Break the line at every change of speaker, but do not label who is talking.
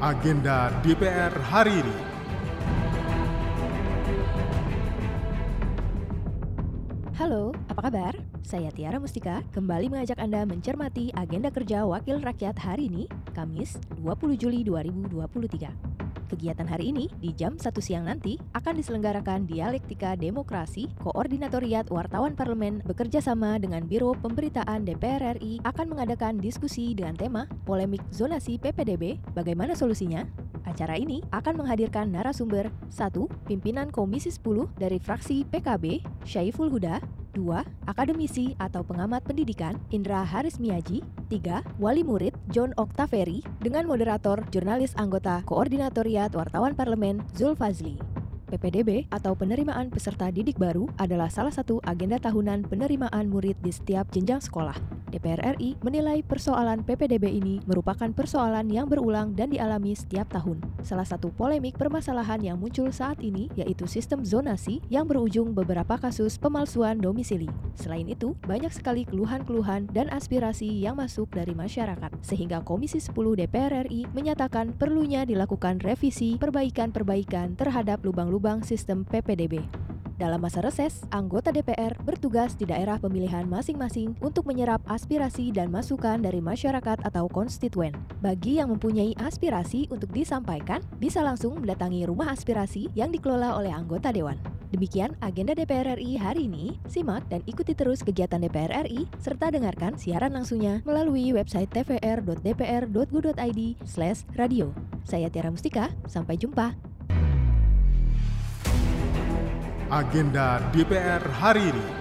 Agenda DPR hari ini.
Halo, apa kabar? Saya Tiara Mustika, kembali mengajak Anda mencermati agenda kerja Wakil Rakyat hari ini, Kamis 20 Juli 2023. Kegiatan hari ini di jam 1 siang nanti akan diselenggarakan Dialektika Demokrasi. Koordinatoriat Wartawan Parlemen bekerja sama dengan Biro Pemberitaan DPR RI akan mengadakan diskusi dengan tema Polemik Zonasi PPDB, bagaimana solusinya? Acara ini akan menghadirkan narasumber 1. Pimpinan Komisi 10 dari fraksi PKB, Syaiful Huda. 2. Akademisi atau pengamat pendidikan, Indra Harismiaji. 3. Wali murid, John Oktaveri, dengan moderator jurnalis anggota Koordinatoriat Wartawan Parlemen, Zulfazli. PPDB atau penerimaan peserta didik baru adalah salah satu agenda tahunan penerimaan murid di setiap jenjang sekolah. DPR RI menilai persoalan PPDB ini merupakan persoalan yang berulang dan dialami setiap tahun. Salah satu polemik permasalahan yang muncul saat ini yaitu sistem zonasi yang berujung beberapa kasus pemalsuan domisili. Selain itu, banyak sekali keluhan-keluhan dan aspirasi yang masuk dari masyarakat, sehingga Komisi 10 DPR RI menyatakan perlunya dilakukan revisi perbaikan-perbaikan terhadap lubang-lubang sistem PPDB. Dalam masa reses, anggota DPR bertugas di daerah pemilihan masing-masing untuk menyerap aspirasi dan masukan dari masyarakat atau konstituen. Bagi yang mempunyai aspirasi untuk disampaikan, bisa langsung mendatangi rumah aspirasi yang dikelola oleh anggota Dewan. Demikian agenda DPR RI hari ini. Simak dan ikuti terus kegiatan DPR RI, serta dengarkan siaran langsungnya melalui website tvr.dpr.go.id/radio. Saya Tiara Mustika, sampai jumpa.
Agenda DPR hari ini.